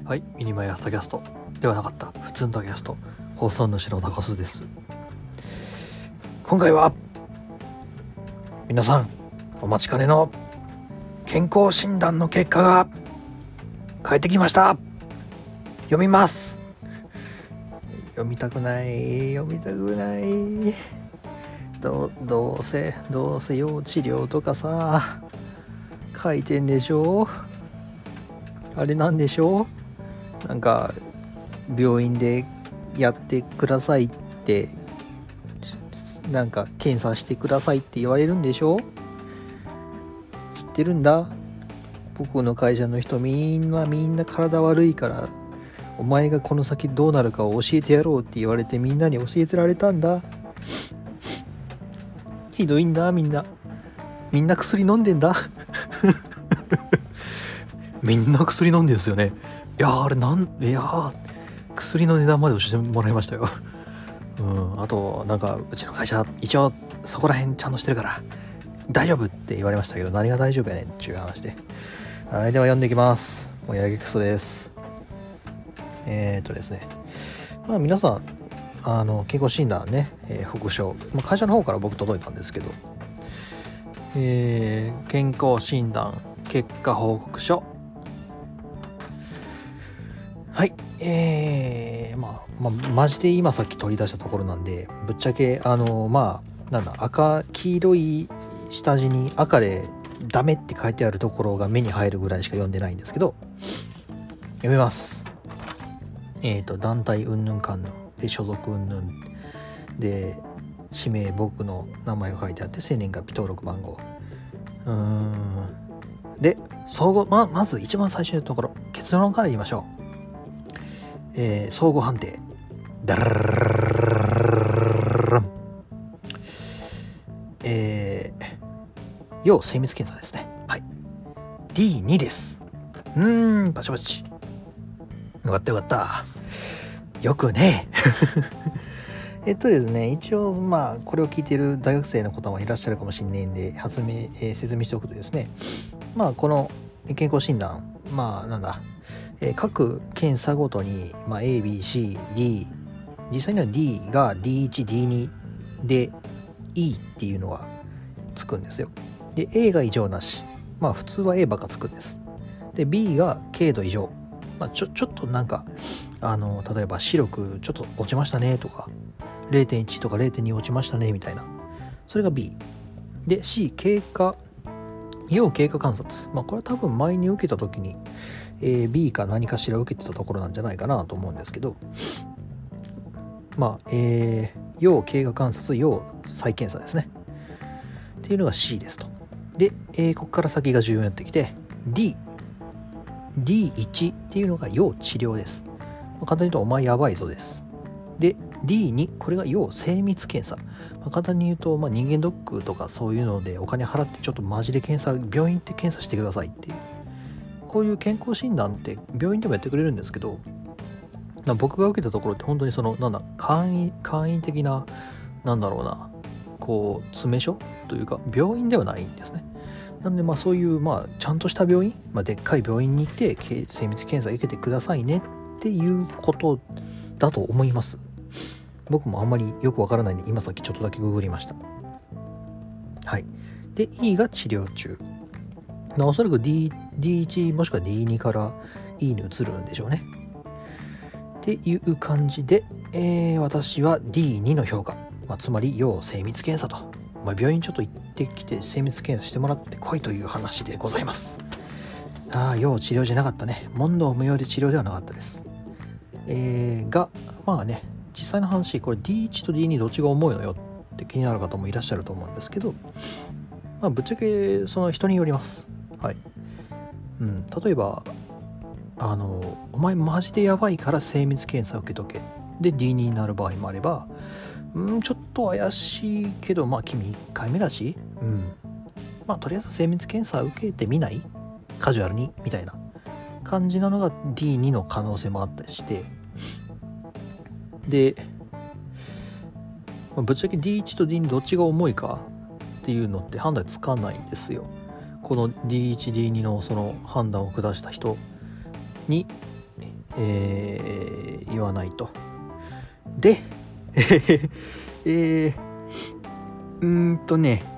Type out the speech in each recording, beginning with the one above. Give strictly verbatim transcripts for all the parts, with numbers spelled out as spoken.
はい、ミニマイアスタキャストではなかった普通のタキャスト、放送主のタコスです。今回は皆さんお待ちかねの健康診断の結果が返ってきました。読みます。読みたくない読みたくないど, どうせどうせ要治療とかさ書いてんでしょ。あれなんでしょう、なんか病院でやってくださいって、なんか検査してくださいって言われるんでしょ。知ってるんだ。僕の会社の人みんなみんな体悪いから、お前がこの先どうなるかを教えてやろうって言われてみんなに教えてられたんだ。ひどいんだ。みんなみんな薬飲んでんだみんな薬飲んでんすよね。いやーあれなんいやー薬の値段まで教えてもらいましたようんあとなんかうちの会社一応そこら辺ちゃんとしてるから大丈夫って言われましたけど、何が大丈夫やねんっていう話で。はい、では読んでいきます。もうやげくそです。えー、っとですねまあ皆さんあの健康診断ね、えー、報書、まあ、会社の方から僕届いたんですけど、えー、健康診断結果報告書。はい、えー、まあ、まあ、マジで今さっき取り出したところなんで、ぶっちゃけあのまあなんだ赤黄色い下地に赤でダメって書いてあるところが目に入るぐらいしか読んでないんですけど、読みます。えっ、ー、と団体うんぬんかんぬんで、所属うんぬんで、氏名僕の名前が書いてあって、生年月日登録番号、うーんで総合、ままず一番最初のところ結論から言いましょう。えー、総合判定ダララン、えー、要精密検査ですね。はい ディーツー です。うーんバチバチよかったよかったよくねえっとですね一応まあこれを聞いている大学生の方もいらっしゃるかもしれないんで発明、えー、説明しておくとですね、まあこの健康診断、まあなんだえー、各検査ごとに、まあ、A、B、C、D、実際には D が ディーワン、ディーツー で E っていうのがつくんですよ。で A が異常なし、まあ普通は A ばっかつくんです。で B が軽度異常、まあ、ちょちょっとなんかあの例えば視力ちょっと落ちましたねとか れいてんいち とか れいてんに 落ちましたねみたいな、それが B で C 経過要経過観察、まあこれは多分前に受けた時にえー、B か何かしら受けてたところなんじゃないかなと思うんですけど、まあ、えー、要経過観察要再検査ですねっていうのが C ですと。で、えー、ここから先が重要になってきて D、ディーワン っていうのが要治療です。まあ、簡単に言うとお前やばいぞです。で ディーツー これが要精密検査、まあ、簡単に言うと、まあ、人間ドックとかそういうのでお金払ってちょっとマジで検査病院行って検査してくださいっていう、こういう健康診断って病院でもやってくれるんですけど、僕が受けたところって本当にそのなんだ簡易簡易的ななんだろうなこう詰め所というか病院ではないんですね。なのでまあそういうまあちゃんとした病院、まあ、でっかい病院に行って精密検査受けてくださいねっていうことだと思います。僕もあんまりよくわからないんで今さっきちょっとだけググりました。はい。で E が治療中、まあ、おそらく D、ディーワン もしくは ディーツー から E に移るんでしょうねっていう感じで、えー、私は ディーツー の評価、まあ、つまり要精密検査と、まあ、病院ちょっと行ってきて精密検査してもらってこいという話でございます。ああ要治療じゃなかったね。問答無用で治療ではなかったです。えー、がまあね実際の話これ ディーワン と ディーツー どっちが重いのよって気になる方もいらっしゃると思うんですけど、まあぶっちゃけその人によります。はい、うん、例えばあのお前マジでやばいから精密検査受けとけで ディーツー になる場合もあれば、うんちょっと怪しいけどまあ君いっかいめだし、うんまあとりあえず精密検査受けてみないカジュアルにみたいな感じなのが ディーツー の可能性もあったりして、で、まあ、ぶっちゃけ ディーワン と ディーツー どっちが重いかっていうのって判断つかないんですよ。この ディーワン、ディーツー のその判断を下した人にえー、言わないと。でえー、うーんとね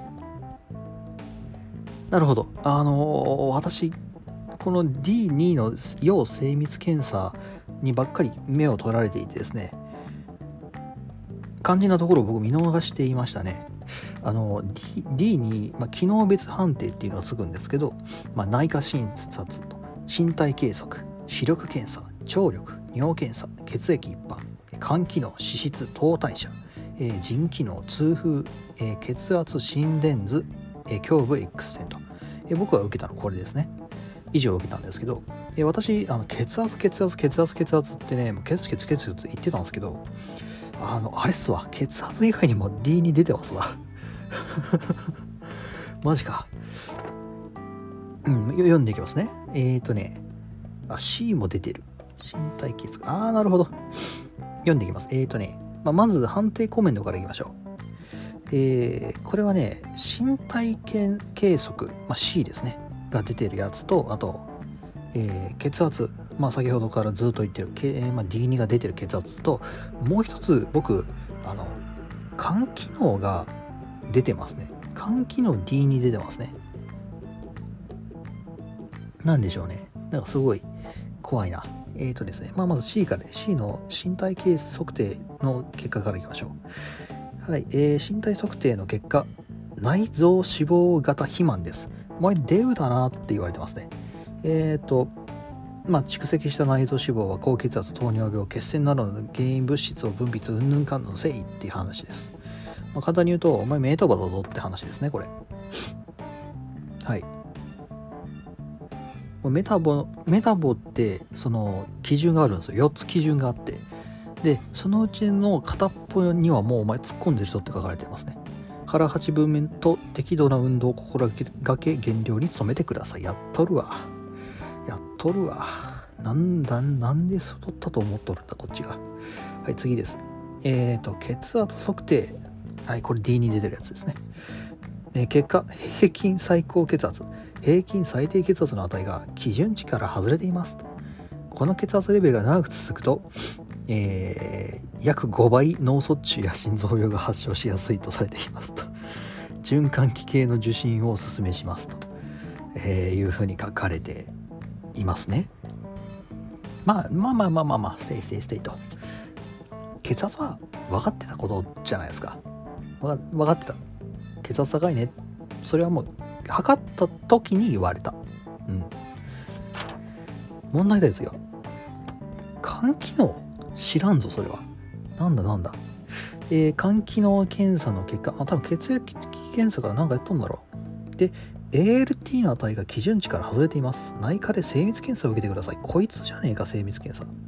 なるほど、あのー、私この ディーツー の要精密検査にばっかり目を取られていてですね、肝心なところを僕見逃していましたね。あの D, D に、まあ、機能別判定っていうのがつくんですけど、まあ、内科診察と身体計測、視力検査、聴力、尿検査、血液一般、肝機能、脂質、糖代謝、えー、腎機能、痛風、えー、血圧、心電図、えー、胸部 X 線と、えー、僕が受けたのはこれですね。以上受けたんですけど、えー、私あの血圧血圧血圧血圧ってね、血血血圧言ってたんですけど、あのあれっすわ、血圧以外にも ディー に出てますわマジか。うん、読んでいきますね。えーとねあ C も出てる。身体計測、あーなるほど、読んでいきます。えーとね、まあ、まず判定コメントからいきましょう。えー、これはね身体計測、まあ、C ですねが出てるやつと、あと、えー、血圧、まあ、先ほどからずっと言ってる、えーまあ、ディーツー が出てる血圧と、もう一つ僕あの肝機能が出てますね。肝機能 ディーツー に出てますね。なんでしょうね、なんかすごい怖いな。えーとですね、まあ、まず C から、ね、C の身体計測定の結果からいきましょう。はい、えー、身体測定の結果、内臓脂肪型肥満です。お前デブだなって言われてますね。えーとまあ、蓄積した内臓脂肪は高血圧、糖尿病、血栓などの原因物質を分泌うんぬんかんぬんせいっていう話です。まあ、簡単に言うと、お前メタボだぞって話ですね、これ。はい。メタボ、メタボってその基準があるんですよ。よっつ基準があって。で、そのうちの片っぽにはもうお前突っ込んでる人って書かれてますね。腹八分目と適度な運動を心がけ減量に努めてください。やっとるわ。やっとるわ。なんだ、なんで太ったと思っとるんだ、こっちが。はい、次です。えーと、血圧測定。はい、これ ディー に出てるやつですね。えー、結果、平均最高血圧、平均最低血圧の値が基準値から外れています。この血圧レベルが長く続くと、えー、約ごばい脳卒中や心臓病が発症しやすいとされていますと。循環器系の受診をお勧めしますと、えー、いうふうに書かれていますね。まあまあまあまあまあまあ、ステイステイステイと。血圧は分かってたことじゃないですか。分かってた。血圧高いね。それはもう測った時に言われた。うん。問題ですよ。肝機能知らんぞ、それは。なんだなんだ。えー、肝機能検査の結果、あ、多分血液検査から何かやったんだろう。で、エーエルティー の値が基準値から外れています。内科で精密検査を受けてください。こいつじゃねえか、精密検査。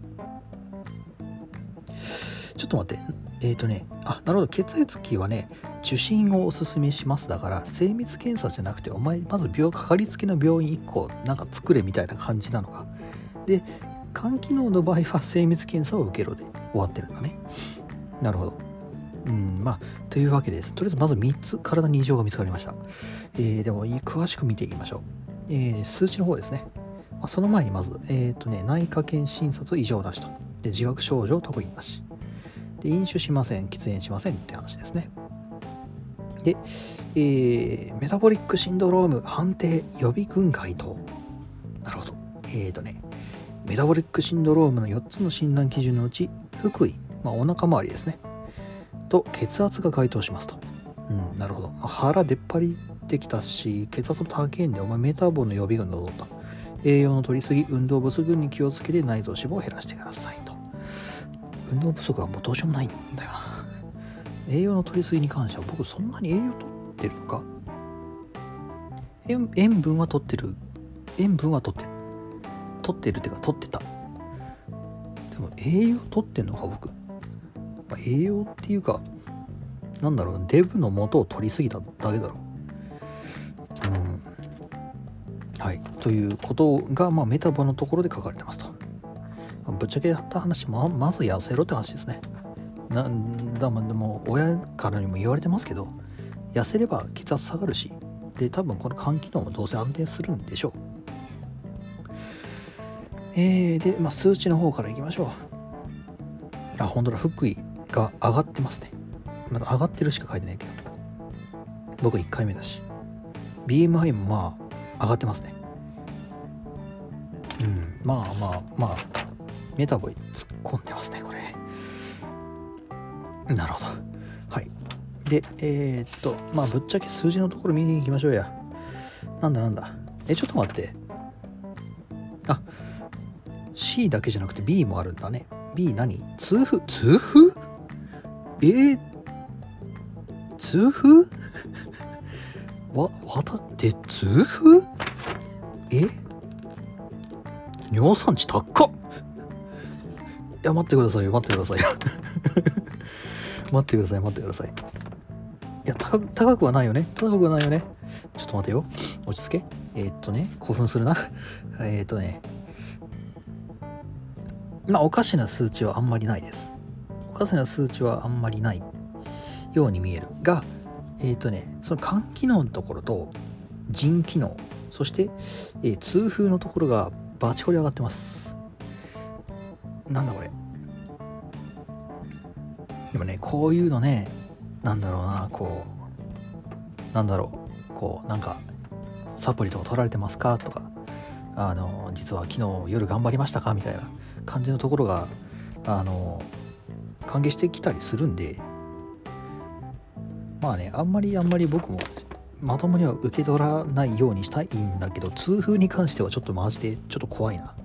ちょっと待って。えっ、ー、とね、あ、なるほど。血液はね、受診をおすすめします。だから、精密検査じゃなくて、お前、まず病、かかりつけの病院いっこ、なんか作れみたいな感じなのか。で、肝機能の場合は精密検査を受けろで終わってるんだね。なるほど。うん、まあ、というわけです。とりあえずまずみっつ体に異常が見つかりました。えー、でも、詳しく見ていきましょう。えー、数値の方ですね。まあ、その前にまず、えっ、ー、とね、内科検診察異常なしと。で、自覚症状特になし。で、飲酒しません、喫煙しませんって話ですね。で、えー、メタボリックシンドローム判定予備軍該当。なるほど。えっ、ー、とね、メタボリックシンドロームのよっつの診断基準のうち、腹囲、まあ、お腹周りですね。と血圧が該当しますと。うん、なるほど。まあ、腹出っ張りってきたし、血圧も高いんで、お前メタボの予備軍だぞと。栄養の取りすぎ、運動不足に気をつけて内臓脂肪を減らしてくださいと。運動不足はもうどうしようもないんだよな。栄養の取りすぎに関しては僕そんなに栄養取ってるのか。塩, 塩分は取ってる。塩分は取ってる。取ってるっていうか取ってた。でも栄養取ってんのか僕。まあ、栄養っていうかなんだろう、デブの元を取りすぎただけだろう。うん。はい。ということが、まあ、メタボのところで書かれてますと。まあ、ぶっちゃけやった話、まあ、まず痩せろって話ですね。なんだ、まあ、でも親からにも言われてますけど、痩せれば血圧下がるし、で多分この肝機能もどうせ安定するんでしょう。 えー、で、まあ、数値の方からいきましょう。あ、本当だ、福井が上がってますね。まだ上がってるしか書いてないけど。僕いっかいめだし。ビーエムアイ もまあ、上がってますね。うん、まあまあまあ、メタボに突っ込んでますね、これ。なるほど。はい。で、えー、っと、まあ、ぶっちゃけ数字のところ見に行きましょうや。なんだなんだ。え、ちょっと待って。あ、C だけじゃなくて B もあるんだね。B 何？痛風？痛風？えー、痛風？わ、わたって痛風？え？尿酸値高っ！いや、待ってくださいよ、待ってくださいよ。待ってください、待ってください。いや、高く、高くはないよね。高くはないよね。ちょっと待てよ。落ち着け。えー、っとね、興奮するな。えー、っとね。まあ、おかしな数値はあんまりないです。おかしな数値はあんまりないように見えるが、えー、っとね、その肝機能のところと腎機能、そして、えー、痛風のところがバチコリ上がってます。なんだこれ。でもね、こういうのね、なんだろうな、こう、なんだろう、こう、なんか、サプリとか取られてますかとか、あの、実は昨日夜頑張りましたかみたいな感じのところが、あの、歓迎してきたりするんで、まあね、あんまりあんまり僕もまともには受け取らないようにしたいんだけど、痛風に関してはちょっとマジでちょっと怖いな。はい、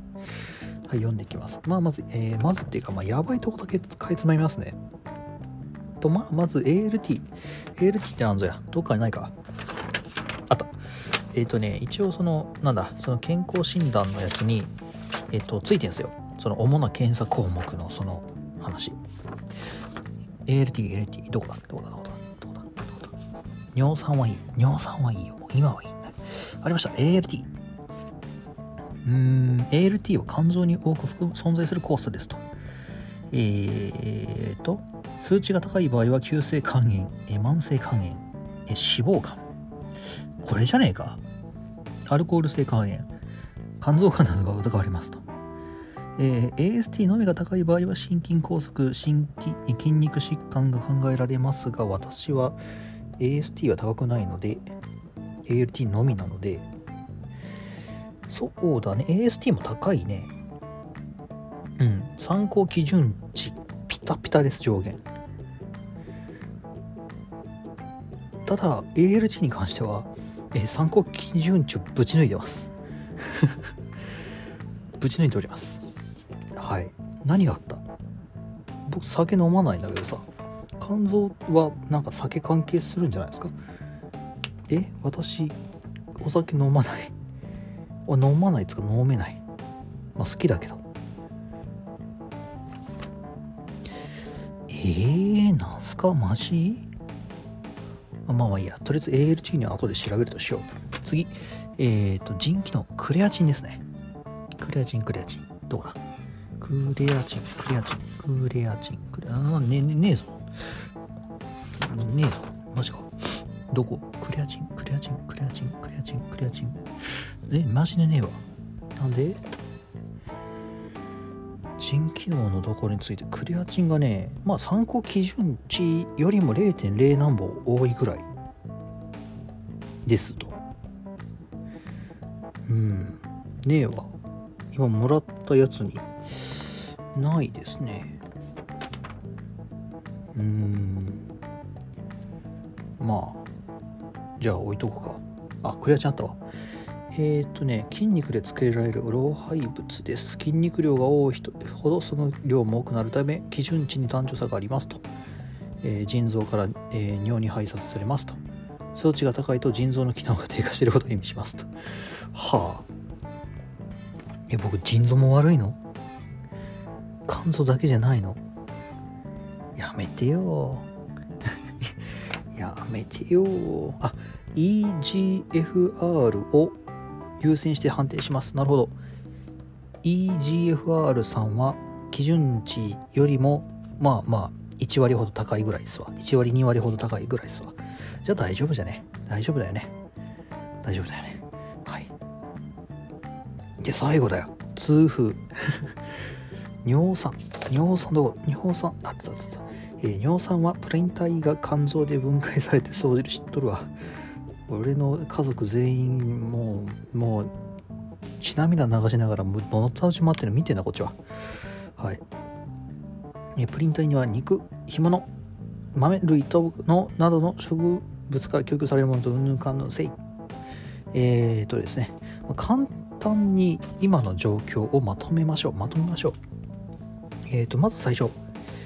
読んでいきます。まあ、まず、えー、まずっていうか、まあ、やばいとこだけかいつまみますね。と、まあ、まず エーエルティー。エーエルティー ってなんぞや。どっかにないか。あった。えっ、ー、とね、一応その、なんだ、その健康診断のやつに、えっ、ー、と、ついてんすよ。その主な検査項目のその話。エーエルティー、エーエルティー、どこだどこだどこだどこだどこだ尿酸はいい。尿酸はいいよ。もう今はいいんだ。ありました。エーエルティー。うーん、エーエルティー は肝臓に多く含む存在する酵素ですと。えーと、数値が高い場合は急性肝炎、え慢性肝炎、え脂肪肝。これじゃねえか。アルコール性肝炎、肝臓がんなどが疑われますと。えー、エーエスティー のみが高い場合は心筋梗塞、心筋筋肉疾患が考えられますが、私は エーエスティー は高くないので エーエルティー のみなので、そうだね、 エーエスティー も高いね。うん、参考基準値ピタピタです。上限。ただ エーエルティー に関しては、えー、参考基準値をぶち抜いてますぶち抜いております。はい。何があった？僕酒飲まないんだけどさ、肝臓はなんか酒関係するんじゃないですか？え、私お酒飲まない。飲まないっつうか飲めない。まあ好きだけど。えー、なんすかマジ？まあまあいいや。とりあえず エーエルティー には後で調べるとしよう。次。えっと、腎機能。クレアチンですね。クレアチン、クレアチン。どうだ？クレアチン、クレアチン、クレアチン、クレアチン。あー、ね、ね、ねえぞ。ねえぞ。マジか。どこ？クレアチン、クレアチン、クレアチン、クレアチン、クレアチン。え、マジでねえわ。なんで？腎機能のところについてクレアチンがね、まあ参考基準値よりも れいてんれい 何本多いぐらいですと。うん、ねえわ。今もらったやつにないですね。うーん、まあじゃあ置いとくか。あ、クレアチンあったわ。えー、っとね、筋肉でつけられる老廃物です。筋肉量が多い人ほどその量も多くなるため、基準値に男女差がありますと。えー、腎臓から、えー、尿に排泄されますと。数値が高いと腎臓の機能が低下していることを意味しますと。はあ。え、僕腎臓も悪いの？肝臓だけじゃないの？やめてよ。やめてよ。あ、イージーエフアール を優先して判定します。なるほど。 イージーエフアール さんは基準値よりもまあまあいち割ほど高いぐらいですわ。いち割に割ほど高いぐらいですわ。じゃあ大丈夫じゃね。大丈夫だよね。大丈夫だよね。はい。で最後だよ。 痛風尿酸尿酸どう尿酸あったあったあった、えー、尿酸はプリン体が肝臓で分解されて生じる。知っとるわ。俺の家族全員もうもう血涙流しながらののたうち回ってるの見てんなこっちは。はい。えプリン体には肉、干物、豆類とのなどの植物から供給されるものとうんぬんかんぬんせい。えーとですね、簡単に今の状況をまとめましょう。まとめましょう。えーとまず最初、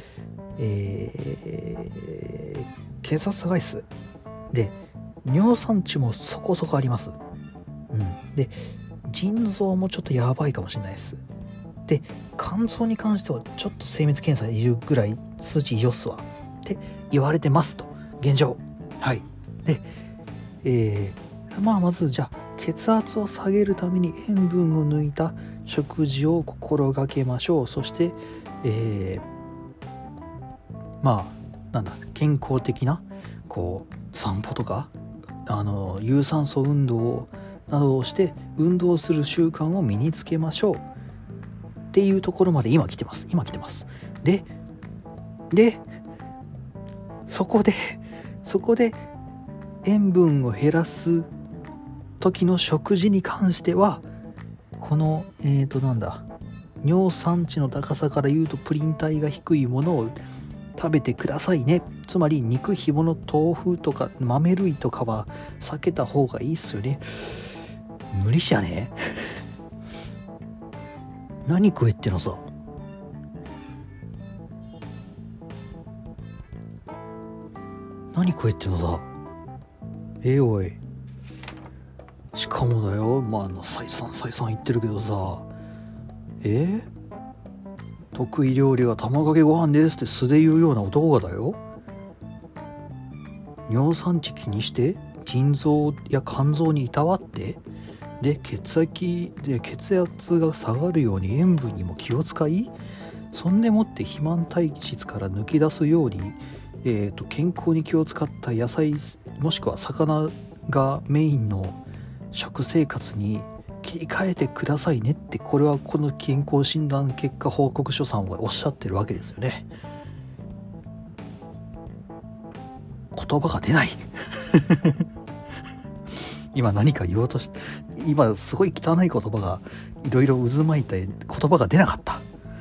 えー、血圧高いっす。で、尿酸値もそこそこあります。うん。で、腎臓もちょっとやばいかもしれないです。で、肝臓に関してはちょっと精密検査いるぐらい数値異常っすわって言われてますと。現状。はい。で、えー、まあまずじゃあ血圧を下げるために塩分を抜いた食事を心がけましょう。そして、えー、まあなんだ健康的なこう散歩とかあの有酸素運動などをして運動する習慣を身につけましょうっていうところまで今来てます今来てますででそこでそこで塩分を減らす時の食事に関してはこのえーとなんだ尿酸値の高さから言うとプリン体が低いものを食べてくださいね。つまり肉、干物、豆腐とか豆類とかは避けた方がいいっすよね。無理じゃね何食えってのさ。何食えってのさ。えー、おい。しかもだよ、まあ再三再三言ってるけどさ、えー、得意料理は卵かけご飯ですって素で言うような男がだよ。尿酸値気にして腎臓や肝臓にいたわってで血液で血圧が下がるように塩分にも気を使い、そんでもって肥満体質から抜け出すように、えーと健康に気を使った野菜もしくは魚がメインの食生活に切り替えてくださいねって、これはこの健康診断結果報告書さんはおっしゃってるわけですよね。言葉が出ない今何か言おうとして、今すごい汚い言葉がいろいろ渦巻いて言葉が出なかった。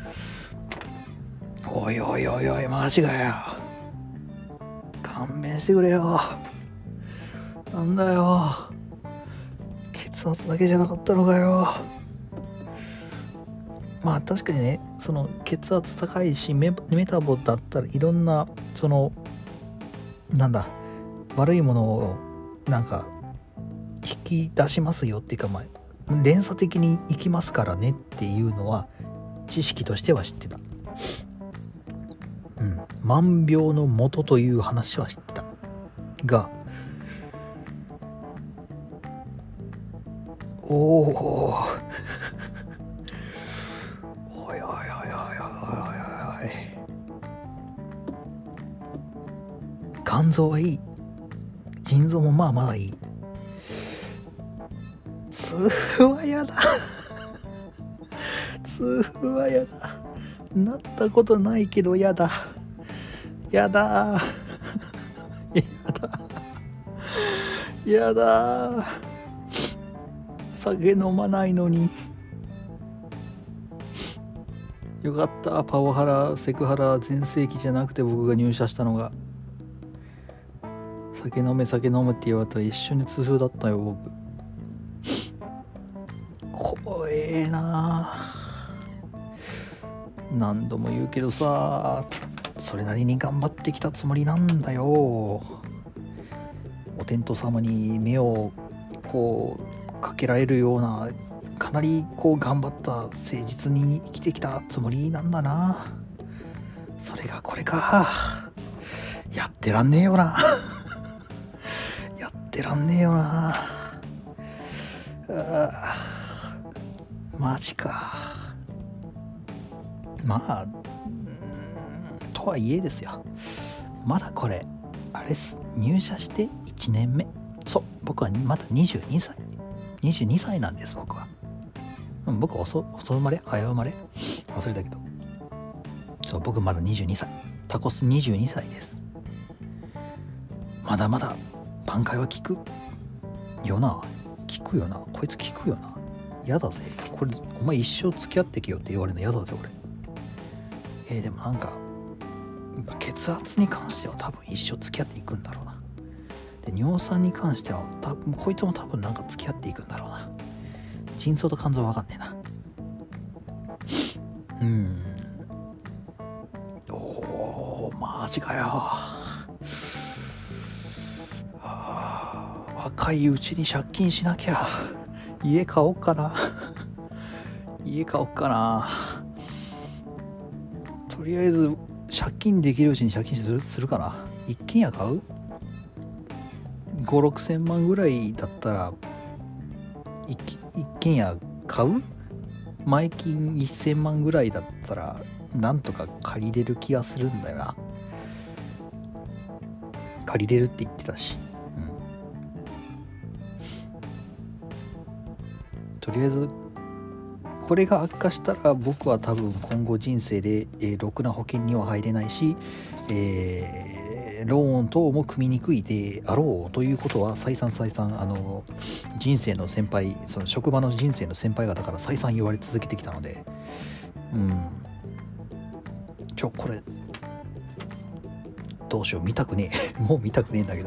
おいおいおいおいマジかよ、勘弁してくれよ。なんだよ、血圧だけじゃなかったのかよ。まあ確かにね、その血圧高いし メ, メタボだったらいろんなそのなんだ悪いものをなんか引き出しますよっていうか、まあ連鎖的にいきますからねっていうのは知識としては知ってた。うん、万病の元という話は知ってたが、おおおいおいおいおいおいおいおい、肝臓はいい、腎臓もまあまだいい、痛風はやだ痛風はやだ、なったことないけどやだやだやだやだ、酒飲まないのに。よかった、パワハラセクハラ全盛期じゃなくて僕が入社したのが。酒飲め酒飲むって言われたら一緒に痛風だったよ僕。怖えな。何度も言うけどさ、それなりに頑張ってきたつもりなんだよ。お天道様に目をこうかけられるようなかなりこう頑張った誠実に生きてきたつもりなんだな。それがこれか。やってらんねえよなやってらんねえよなあ。マジか。まあとはいえですよ、まだこれあれです、入社していちねんめ。そう、僕はまだにじゅうにさいにじゅうにさいなんです僕は。 うん、僕遅遅生まれ早生まれ忘れたけど、そう僕まだにじゅうにさい、タコスにじゅうにさいです。まだまだ挽回は効くよな、効くよな、こいつ効くよな。やだぜこれ、お前一生付き合ってけよって言われるのやだぜ俺。えー、でもなんか血圧に関しては多分一生付き合っていくんだろうな。で尿酸に関しては多分こいつも多分なんか付き合っていくんだろうな。腎臓と肝臓は分かんねえな。うーん、おーマジかよ。若いうちに借金しなきゃ。家買おうかな家買おうかな。とりあえず借金できるうちに借金するするかな。一軒家買う ?ご、ろくせんまんぐらいだったら一一軒家買う？前金せんまんぐらいだったらなんとか借りれる気がするんだよな。借りれるって言ってたし、うん、とりあえずこれが悪化したら僕は多分今後人生で、えー、ろくな保険には入れないし、えー、ローン等も組みにくいであろうということは再三再三あの人生の先輩、その職場の人生の先輩方から再三言われ続けてきたので、うんちょこれどうしよう、見たくねえもう見たくねえんだけど、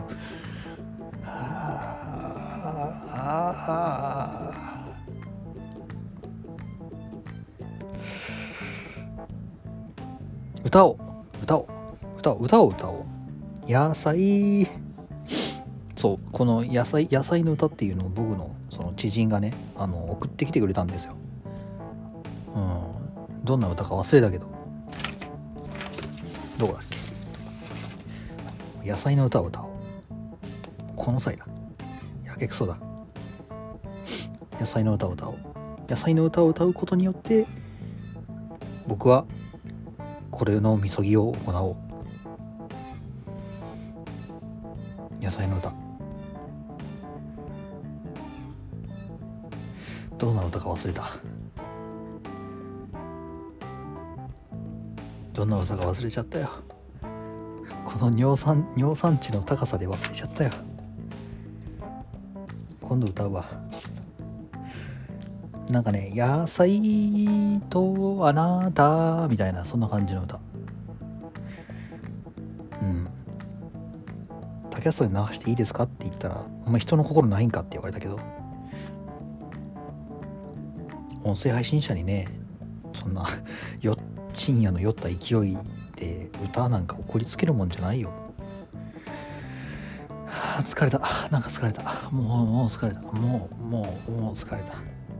ああ歌おう歌おう歌おう歌おう歌おう野菜。そうこの野菜野菜の歌っていうのを僕のその知人がねあの送ってきてくれたんですよ。うんどんな歌か忘れたけど、どこだっけ。野菜の歌を歌おう。この際だ。やけくそだ。野菜の歌を歌おう。野菜の歌を歌うことによって僕はこれのみそぎを行おう。野菜の歌、どんな歌か忘れた。どんな歌か忘れちゃったよ。この尿酸尿酸値の高さで忘れちゃったよ。今度歌うわ。なんかね、野菜とあなたみたいなそんな感じの歌。うんタキャストで流していいですかって言ったら、お前人の心ないんかって言われたけど、音声配信者にねそんなよ深夜の酔った勢いで歌なんか怒りつけるもんじゃないよ。はあ疲れた、なんか疲れた、もうもう疲れた、もうもうもう疲れた、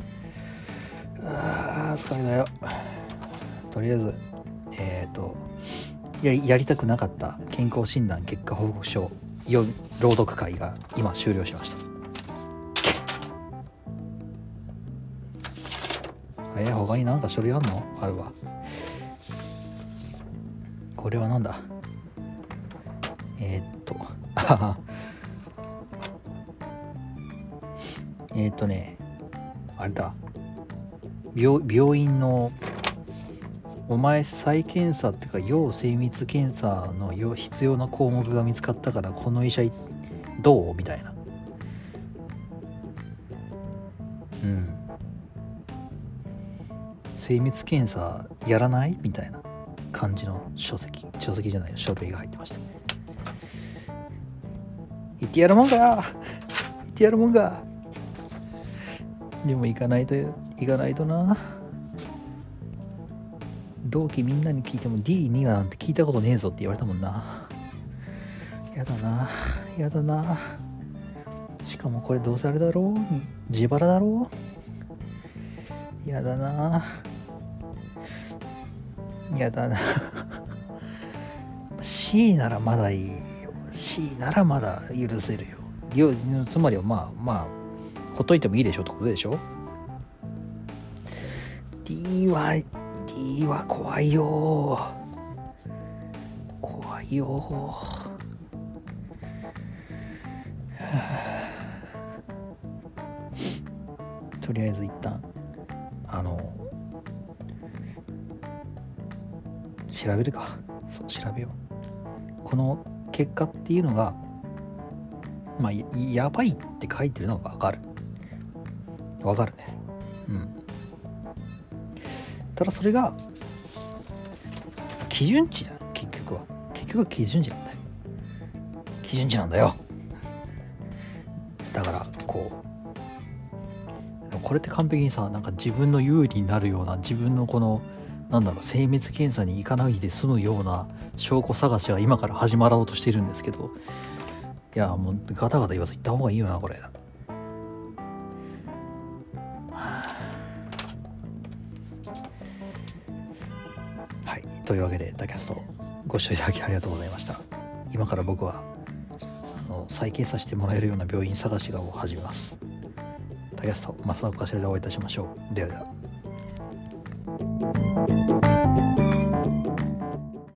あー疲れたよ。とりあえずえっ、ー、とややりたくなかった健康診断結果報告書よ朗読会が今終了しました。えー、他になんか書類あんの？あるわ。これはなんだ。えー、っとあえー、っとねあれだ、 病, 病院のお前再検査っていうか要精密検査の必要な項目が見つかったからこの医者どうみたいな、うん精密検査やらないみたいな感じの書籍書籍じゃない書類が入ってました。言ってやるもんか言ってやるもんか。でも行かないと行かないとな。同期みんなに聞いても ディーに なんて聞いたことねえぞって言われたもんな。やだなやだな。しかもこれどうせあれだろう、自腹だろう。やだなやだなC ならまだいいよ。 C ならまだ許せるよ。つまりはまあまあほっといてもいいでしょってことでしょ。 D は D は怖いよ怖いよとりあえず一旦あの調べるかそう調べよう。この結果っていうのがまあ や, やばいって書いてるのが分かる分かるね。うんただそれが基準値だ。結局は結局は基準値なんだよ。基準値なんだよ。だからこうこれって完璧にさ、なんか自分の有利になるような、自分のこのなんだろう精密検査に行かないで済むような証拠探しが今から始まろうとしているんですけど、いやもうガタガタ言わず行った方がいいよなこれ。はい、というわけでダキャストご視聴いただきありがとうございました。今から僕はあの再検査してもらえるような病院探しを始めます。ダキャストまたどこかしらでお会いいたしましょう。ではでは。